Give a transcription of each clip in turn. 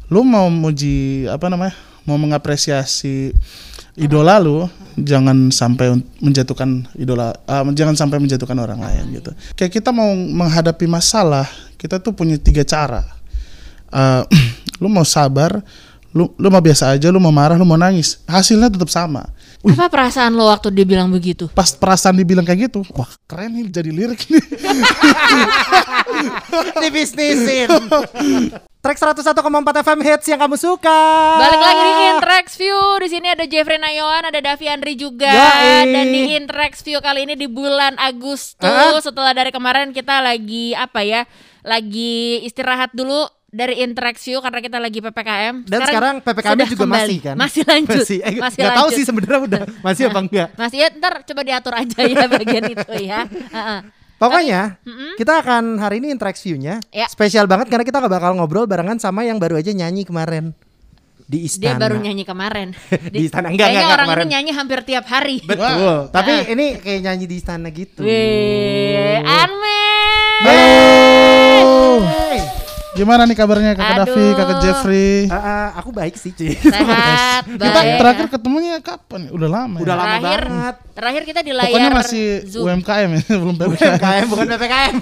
lu mau muji mau mengapresiasi idola lu, jangan sampai menjatuhkan jangan sampai menjatuhkan orang lain gitu. Kayak kita mau menghadapi masalah, kita tuh punya 3 cara. Lu mau sabar, lu mau biasa aja, lu mau marah, lu mau nangis, hasilnya tetap sama. Apa perasaan lo waktu dia bilang begitu? Pas perasaan dibilang kayak gitu, wah keren nih jadi lirik nih. Dibisnisin. Track 101,4 FM hits yang kamu suka. Balik lagi di Intrax View. Di sini ada Jeffrey Nayawan, ada Davi Andri juga. Dan di Intrax View kali ini di bulan Agustus, setelah dari kemarin kita lagi lagi istirahat dulu dari Intrax View karena kita lagi PPKM. Dan sekarang PPKM juga kembali. masih kan? Masih lanjut. Masih gak tahu sih sebenarnya udah masih apa enggak. Masih ya, ntar coba diatur aja ya bagian itu ya. Pokoknya kita akan hari ini Intrax View-nya spesial banget karena kita gak bakal ngobrol barengan sama yang baru aja nyanyi kemarin di Istana. Dia baru nyanyi kemarin di Istana. Kayaknya orang kemarin. ini nyanyi hampir tiap hari. Betul. Tapi ini kayak nyanyi di Istana gitu. Anmes. Hey. Gimana nih kabarnya Kakak Davi, Kakak Jeffrey? Aku baik sih, Ci. Sehat, baik. Kita terakhir ketemunya kapan? Udah lama. Udah lama banget. Terakhir kita di layar Pokoknya masih Zoom. UMKM ya, belum PPKM bukan PPKM.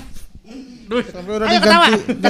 Ayo ketawa.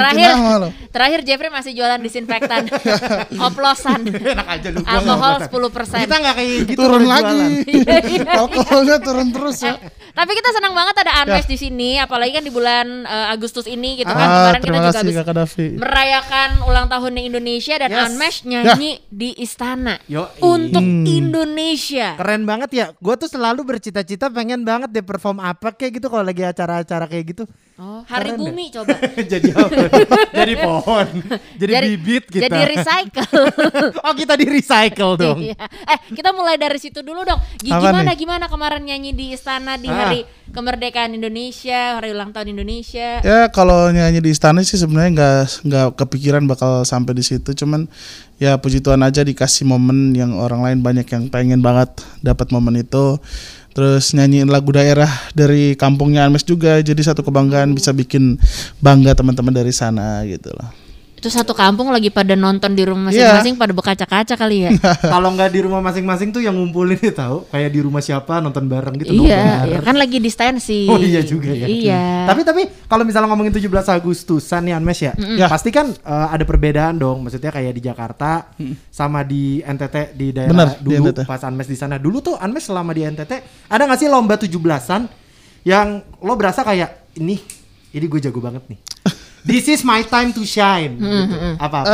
Terakhir Jeffrey masih jualan disinfektan. Oplosan. Enak aja lu. Alkohol 10%. Kita enggak kayak gitu. Turun lagi. Alkoholnya turun terus ya. Tapi kita senang banget ada Anmes di sini, apalagi kan di bulan Agustus ini gitu kan. Kemarin kita juga habis merayakan ulang tahunnya Indonesia dan Anmes nyanyi di Istana untuk Indonesia. Keren banget ya. Gue tuh selalu bercita-cita pengen banget deh perform apa kayak gitu kalau lagi acara-acara kayak gitu. Oh, Hari Bumi coba. Jadi apa? Jadi pohon. Jadi bibit kita. Jadi recycle. Oh, kita di recycle dong. Iya. Kita mulai dari situ dulu dong. Gimana kemarin nyanyi di Istana di hari kemerdekaan Indonesia, hari ulang tahun Indonesia? Ya kalau nyanyi di Istana sih sebenarnya nggak kepikiran bakal sampai di situ. Cuman ya puji Tuhan aja dikasih momen yang orang lain banyak yang pengen banget dapat momen itu. Terus nyanyiin lagu daerah dari kampungnya Anmes juga, jadi satu kebanggaan bisa bikin bangga teman-teman dari sana gitu loh. Itu satu kampung lagi pada nonton di rumah masing-masing pada berkaca-kaca kali ya. Kalau nggak di rumah masing-masing tuh yang ngumpulin nih tahu, kayak di rumah siapa nonton bareng gitu. Iya, kan lagi distensi. Oh iya juga ya. Iya. Tapi kalau misalnya ngomongin 17 Agustusan nih Anmes ya, pasti kan ada perbedaan dong. Maksudnya kayak di Jakarta sama di NTT di daerah dulu pas Anmes di sana. Dulu tuh Anmes selama di NTT ada nggak sih lomba 17-an yang lo berasa kayak ini gue jago banget nih. This is my time to shine. Gitu. Apa?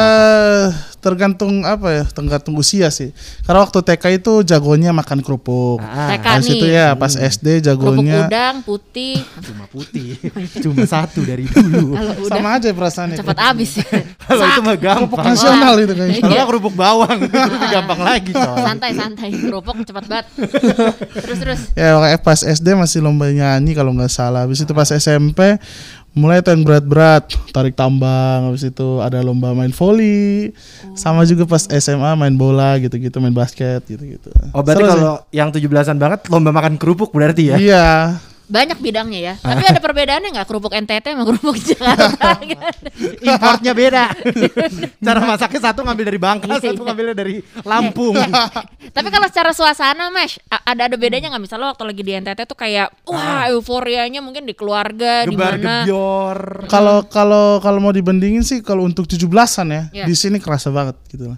Tergantung tergantung usia sih. Karena waktu TK itu jagonya makan kerupuk. TK pas nih. itu ya pas SD jagonya kerupuk udang putih. Cuma putih. Cuma satu dari dulu. Sama aja perasaannya. Cepat habis. Kalau itu mah gampang. Kerupuk nasional itu kayaknya. Kalau kerupuk bawang itu gampang lagi coy. Santai kerupuk cepat banget. Terus. Ya pas SD masih lomba nyanyi kalau nggak salah. Habis itu pas SMP mulai tuh yang berat-berat, tarik tambang, habis itu ada lomba main volley, sama juga pas SMA main bola gitu-gitu, main basket gitu-gitu. Oh berarti kalau yang 17-an banget lomba makan kerupuk berarti ya? Iya. Banyak bidangnya ya. Tapi ada perbedaannya nggak kerupuk NTT sama kerupuk Jakarta? Importnya beda. Cara masaknya satu ngambil dari Bangka, satu ngambilnya dari Lampung. Tapi kalau secara suasana, Mesh, ada bedanya nggak? Misalnya waktu lagi di NTT tuh kayak wah euforianya mungkin di keluarga, di mana? Gebar-gebior. Kalau mau dibandingin sih kalau untuk 17-an ya, di sini kerasa banget gitu lah.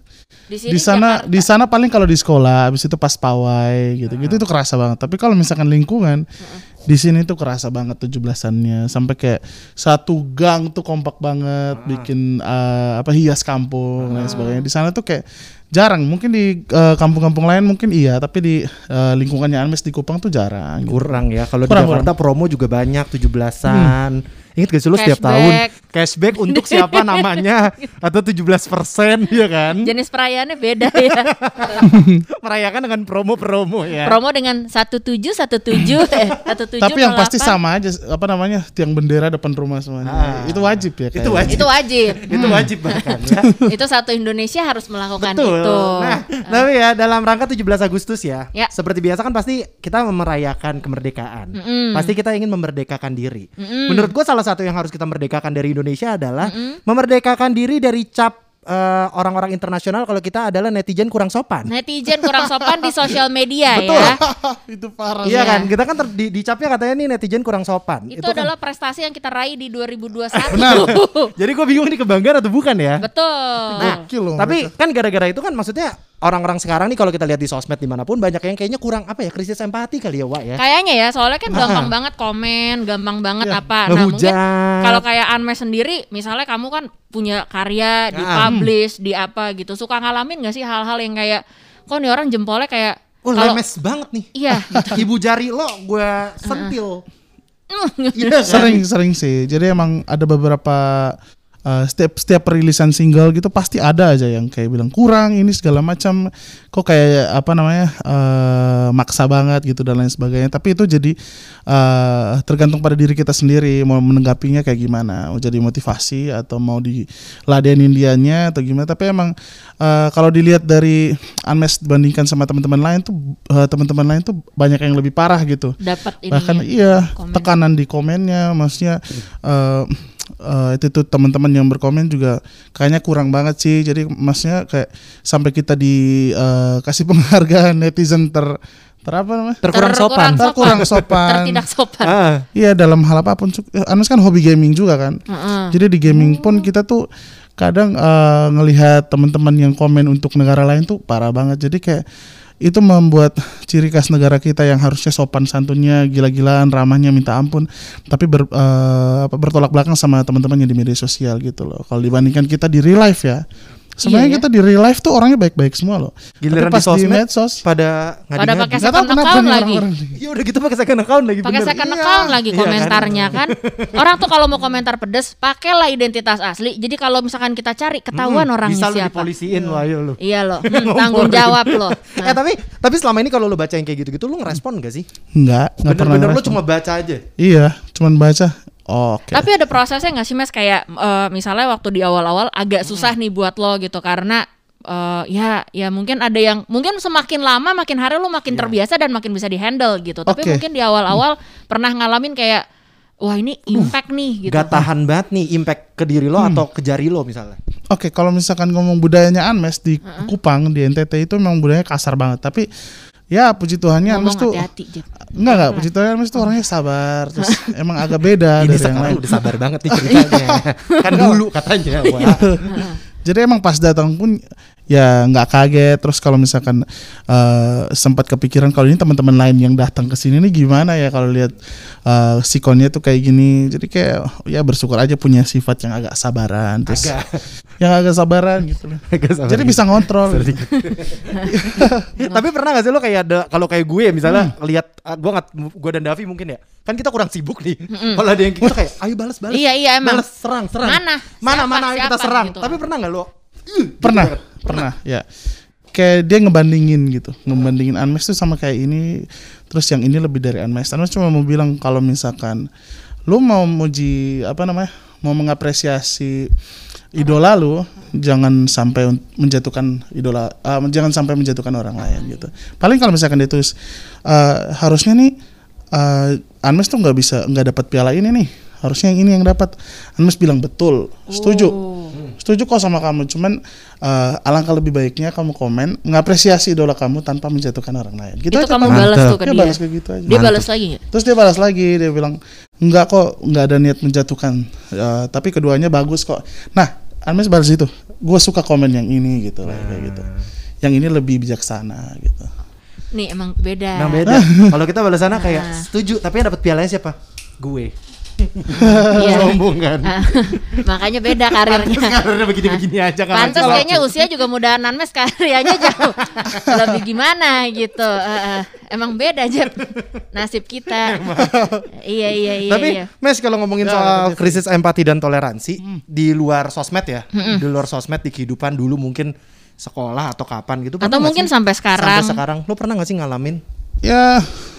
Di sana paling kalau di sekolah, habis itu pas pawai gitu-gitu itu kerasa banget. Tapi kalau misalkan lingkungan di sini tuh kerasa banget 17-annya sampai kayak satu gang tuh kompak banget bikin hias kampung dan sebagainya. Di sana tuh kayak jarang, mungkin di kampung-kampung lain mungkin iya, tapi di lingkungannya Anmes di Kupang tuh jarang. Kurang ya. Kalau di Jakarta promo juga banyak 17-an. Ingat gak sih lu setiap tahun cashback untuk siapa namanya atau 17% ya kan? Jenis perayaannya beda ya. Merayakan dengan promo-promo ya. Promo dengan 1717 17. Tapi yang pasti sama aja tiang bendera depan rumah semuanya. Itu wajib ya. Itu wajib. Itu wajib bahkan ya. Itu satu Indonesia harus melakukan itu. Nah, tapi ya dalam rangka 17 Agustus ya. Seperti biasa kan pasti kita merayakan kemerdekaan. Pasti kita ingin memerdekakan diri. Menurut gue salah satu yang harus kita merdekakan dari Indonesia adalah memerdekakan diri dari cap orang-orang internasional kalau kita adalah netizen kurang sopan. Netizen kurang sopan di sosial media Betul. Ya. Itu parah. Iya kan, kita kan dicapnya katanya nih netizen kurang sopan. Itu kan adalah prestasi yang kita raih di 2021. Benar. Jadi gue bingung nih kebanggaan atau bukan ya. Betul. Tapi kan gara-gara itu kan maksudnya orang-orang sekarang nih kalau kita lihat di sosmed dimanapun banyak yang kayaknya kurang krisis empati kali ya Wak ya. Kayaknya ya, soalnya kan gampang banget komen, gampang banget apa. Nah mungkin kalau kayak Anmes sendiri, misalnya kamu kan punya karya dipublish di apa gitu, suka ngalamin gak sih hal-hal yang kayak kok nih orang jempolnya kayak lemes banget nih. Iya. Ibu jari lo gue sentil. Sering sih. Jadi emang ada beberapa setiap perilisan single gitu pasti ada aja yang kayak bilang kurang ini segala macam, kok kayak maksa banget gitu dan lain sebagainya. Tapi itu jadi tergantung pada diri kita sendiri mau menanggapinya kayak gimana, mau jadi motivasi atau mau diladenin dianya atau gimana. Tapi emang kalau dilihat dari Unmesh bandingkan sama teman-teman lain tuh banyak yang lebih parah gitu. Dapat ini. Bahkan tekanan di komennya, maksudnya itu tuh teman-teman yang berkomen juga kayaknya kurang banget sih. Jadi maksudnya kayak sampai kita dikasih penghargaan netizen terkurang sopan. Tertidak sopan. Iya, dalam hal apapun. Anmes kan hobi gaming juga kan. Jadi di gaming pun kita tuh kadang ngelihat teman-teman yang komen untuk negara lain tuh parah banget. Jadi kayak itu membuat ciri khas negara kita yang harusnya sopan santunnya, gila-gilaan, ramahnya minta ampun, tapi bertolak belakang sama teman-teman yang di media sosial gitu loh. Kalau dibandingkan kita di real life ya, sebenarnya kita di real life tuh orangnya baik-baik semua loh. Giliran tapi pas di medsos pada pakai second account lagi. Iya udah gitu pakai second account lagi. Pakai second account lagi komentarnya kan. Orang tuh kalau mau komentar pedes, pakailah identitas asli. Jadi kalau misalkan kita cari ketahuan orangnya bisa siapa. Bisa lu dipolisiin lo, ayo lu. Iya lo, tanggung jawab lo. Nah. Tapi selama ini kalau lu baca yang kayak gitu-gitu lu ngerespon gak sih? Enggak pernah. Bener-bener lu cuma baca aja. Iya, cuman baca. Okay. Tapi ada prosesnya nggak sih Mas, kayak misalnya waktu di awal-awal agak susah nih buat lo gitu karena ya mungkin ada yang mungkin semakin lama makin hari lo makin terbiasa dan makin bisa dihandle gitu. Tapi mungkin di awal-awal pernah ngalamin kayak wah ini impact nih gitu. Gak tahan banget nih impact ke diri lo atau ke jari lo misalnya. Oke, kalau misalkan ngomong budayanya Unmesh di Kupang di NTT itu memang budayanya kasar banget. Tapi ya puji Tuhannya Unmesh tuh enggak puji Tuhan Unmesh tuh orangnya sabar, terus emang agak beda dari yang lain. Udah sabar banget nih ceritanya. Kan dulu katanya. Jadi emang pas datang pun ya nggak kaget. Terus kalau misalkan sempat kepikiran kalau ini teman-teman lain yang datang ke sini nih gimana ya kalau lihat sikonnya tuh kayak gini. Jadi kayak ya bersyukur aja punya sifat yang agak sabaran, terus yang agak sabaran gitu loh. Jadi bisa ngontrol. Tapi pernah nggak sih lo kayak ada kalau kayak gue misalnya lihat gue dan Davi mungkin ya kan kita kurang sibuk nih. Kalau ada yang kita kayak ayo balas. Iya emang. Balas serang. Mana ayo kita serang. Gitu. Tapi pernah nggak lo? Pernah ya. Kayak dia ngebandingin Unmesh tuh sama kayak ini, terus yang ini lebih dari Unmesh. Unmesh cuma mau bilang kalau misalkan lu mau muji mau mengapresiasi idola lu, jangan sampai menjatuhkan jangan sampai menjatuhkan orang lain gitu. Paling kalau misalkan dia tulis harusnya nih Unmesh tuh nggak dapat piala ini nih, harusnya yang ini yang dapat. Unmesh bilang betul, setuju kok sama kamu, cuman alangkah lebih baiknya kamu komen mengapresiasi idola kamu tanpa menjatuhkan orang lain. Gitu itu aja, kamu balas tuh ke dia. Balas kayak gitu aja. Dia balas lagi nggak? Terus dia balas lagi, dia bilang enggak kok, nggak ada niat menjatuhkan, tapi keduanya bagus kok. Nah, Unmesh balas itu, gue suka komen yang ini gitu lah, kayak gitu. Yang ini lebih bijaksana gitu. Nih emang beda. Kalau kita balasannya kayak setuju, tapi yang dapat pialanya siapa? Gue. Sombong kan. Makanya beda karirnya. Karirnya begini-begini aja kan. Pantes kayaknya usia juga mudahan Unmesh, karyanya jauh lebih gimana gitu. Emang beda aja nasib kita. Iya. Tapi Mes kalau ngomongin soal krisis empati dan toleransi di luar sosmed ya, di luar sosmed di kehidupan dulu mungkin sekolah atau kapan gitu. Atau mungkin sampai sekarang. Lo pernah nggak sih ngalamin? Ya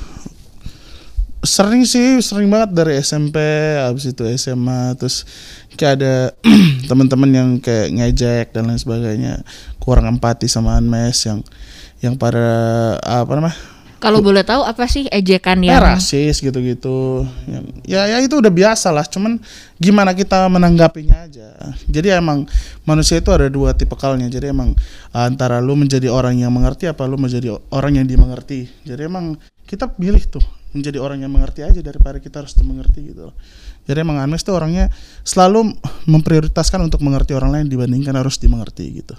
sering banget dari SMP, abis itu SMA, terus kayak ada teman-teman yang kayak ngejek dan lain sebagainya, kurang empati sama Unmesh yang pada Kalau boleh tahu apa sih ejekan yang rasis gitu-gitu. Ya itu udah biasa lah, cuman gimana kita menanggapinya aja. Jadi emang manusia itu ada dua tipikalnya. Jadi emang antara lu menjadi orang yang mengerti apa lu menjadi orang yang dimengerti. Jadi emang kita pilih tuh menjadi orang yang mengerti aja daripada kita harus mengerti gitu loh. Jadi emang Anmes tuh orangnya selalu memprioritaskan untuk mengerti orang lain dibandingkan harus dimengerti gitu.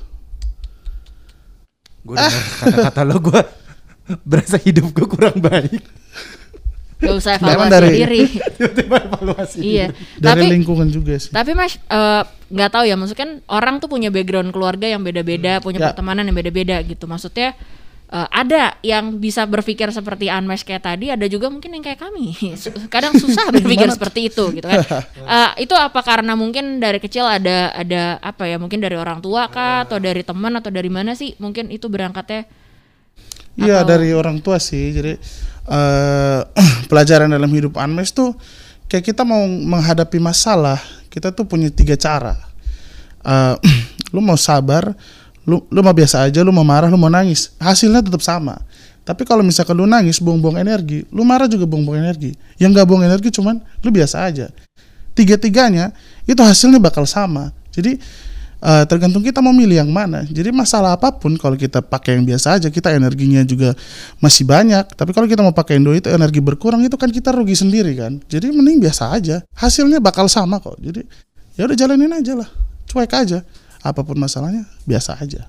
Gue dengar kata-kata lo, gue berasa hidup gue kurang baik. Gak usah evaluasi diri. Iya. Dari lingkungan juga sih. Tapi Mas nggak tahu ya, maksudnya kan orang tuh punya background keluarga yang beda-beda, punya pertemanan yang beda-beda gitu. Maksudnya ada yang bisa berpikir seperti Anmes kayak tadi, ada juga mungkin yang kayak kami. Kadang susah berpikir seperti itu gitu kan. Itu apa karena mungkin dari kecil ada apa ya, mungkin dari orang tua kah atau dari teman atau dari mana sih? Mungkin itu berangkatnya. Iya, dari orang tua sih. Jadi pelajaran dalam hidup Anmes tuh kayak kita mau menghadapi masalah, kita tuh punya 3 cara. Lu mau sabar, lu mau biasa aja, lu mau marah, lu mau nangis, hasilnya tetap sama. Tapi kalau misalkan lu nangis buang-buang energi, lu marah juga buang-buang energi. Yang gak buang energi cuman lu biasa aja. 3-tiganya itu hasilnya bakal sama. Jadi tergantung kita mau milih yang mana. Jadi masalah apapun kalau kita pakai yang biasa aja, kita energinya juga masih banyak. Tapi kalau kita mau pakai yang dua itu energi berkurang, itu kan kita rugi sendiri kan. Jadi mending biasa aja, hasilnya bakal sama kok. Jadi ya udah jalanin aja lah, cuek aja. Apapun masalahnya biasa aja.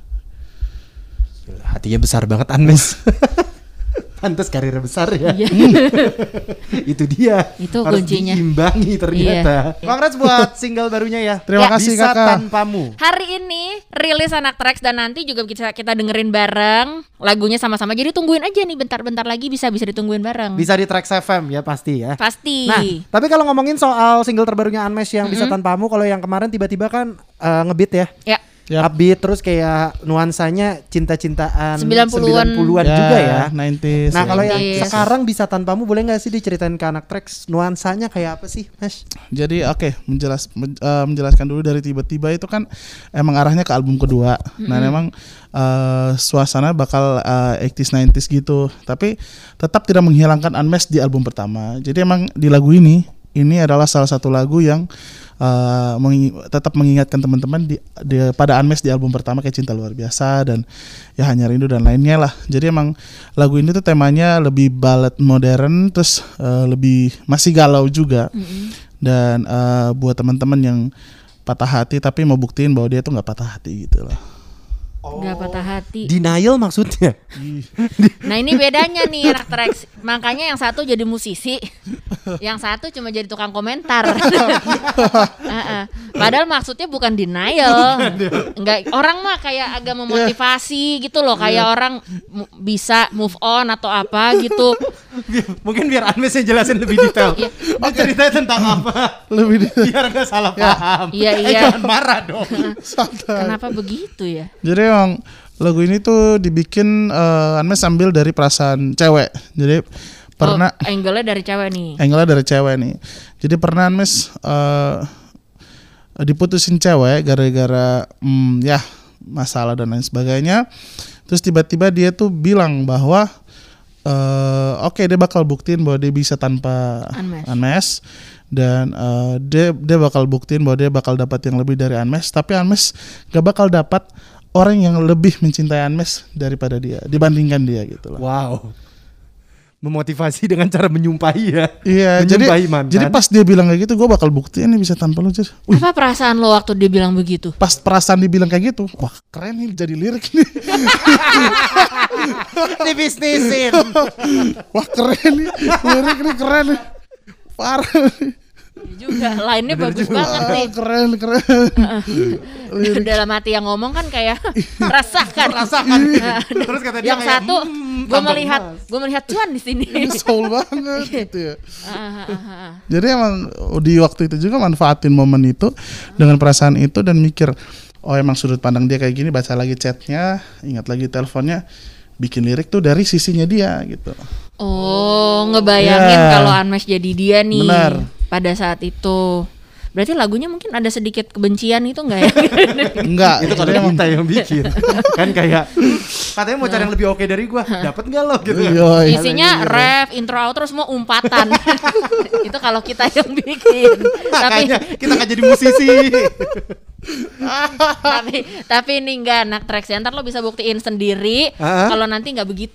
Hatinya besar banget Anmes. Pantes karirnya besar ya. Itu dia. Itu harus kuncinya. Diimbangi ternyata. Congrats buat single barunya ya. Terima kasih Bisa Kakak. Tanpamu. Hari ini rilis Anak Tracks dan nanti juga kita dengerin bareng lagunya sama-sama. Jadi tungguin aja nih, bentar-bentar lagi bisa ditungguin bareng. Bisa di Tracks FM ya pasti ya. Pasti. Nah, tapi kalau ngomongin soal single terbarunya Anmes yang Bisa Tanpamu, kalau yang kemarin tiba-tiba kan ngebeat ya. Ya. Upbeat terus kayak nuansanya cinta-cintaan 90-an juga ya. 90s. Nah, kalau yang sekarang Bisa Tanpamu boleh enggak sih diceritain ke Anak Tracks nuansanya kayak apa sih, Mas? Jadi menjelaskan dulu dari tiba-tiba itu kan emang arahnya ke album kedua. Nah, memang suasana bakal 80s 90s gitu. Tapi tetap tidak menghilangkan Anmes di album pertama. Jadi emang di lagu ini adalah salah satu lagu yang tetap mengingatkan teman-teman pada Anmes di album pertama kayak Cinta Luar Biasa dan ya Hanya Rindu dan lainnya lah. Jadi emang lagu ini tuh temanya lebih ballad modern, terus lebih masih galau juga. Dan buat teman-teman yang patah hati tapi mau buktiin bahwa dia tuh nggak patah hati gitu loh. Gak patah hati. Denial maksudnya. Nah ini bedanya nih Anak Tracks. Makanya yang satu jadi musisi, yang satu cuma jadi tukang komentar. Padahal maksudnya bukan denial. Enggak, orang mah kayak agak memotivasi gitu loh. Kayak orang bisa move on atau apa gitu. Mungkin biar Anmes yang jelasin lebih detail. Oh ceritanya tentang apa? Lebih detail. Biar gak salah paham. Iya. Jangan marah dong. Kenapa begitu ya? Jadi emang lagu ini tuh dibikin Anmes ambil dari perasaan cewek. Jadi pernah angle-nya dari cewek nih. Angle-nya dari cewek nih. Jadi pernah Anmes diputusin cewek gara-gara ya masalah dan lain sebagainya. Terus tiba-tiba dia tuh bilang bahwa oke, dia bakal buktiin bahwa dia bisa tanpa Anmes. Dan dia bakal buktiin bahwa dia bakal dapat yang lebih dari Anmes. Tapi Anmes gak bakal dapat orang yang lebih mencintai Anmes daripada dia, dibandingkan dia gitu loh. Wow, memotivasi dengan cara menyumpahi ya. Iya, jadi pas dia bilang kayak gitu, gue bakal buktiin nih bisa tanpa lu. Apa perasaan lo waktu dia bilang begitu? Pas perasaan dia bilang kayak gitu, wah keren nih jadi lirik nih. Dibisnisin. Wah keren nih, lirik nih keren nih. Parah nih. Juga lainnya bagus banget nih. Keren. Dalam hati yang ngomong kan kayak rasakan. Terus kata dia yang satu, gue melihat Tuhan di sini. Soul banget gitu ya. Jadi emang di waktu itu juga manfaatin momen itu dengan perasaan itu dan mikir, oh emang sudut pandang dia kayak gini, baca lagi chatnya, ingat lagi teleponnya, bikin lirik tuh dari sisinya dia gitu. Oh, ngebayangin kalau Anmes jadi dia nih. Benar. Pada saat itu. Berarti lagunya mungkin ada sedikit kebencian itu enggak ya? Enggak, itu kalau kita yang bikin. Kan kayak katanya mau cari yang lebih oke dari gua, dapat enggak lo gitu. Isinya ref, intro outro semua umpatan. Itu kalau kita yang bikin. Kita nggak jadi musisi. tapi ini enggak anak tracks ya. Ntar lo bisa buktiin sendiri kalau nanti enggak begitu.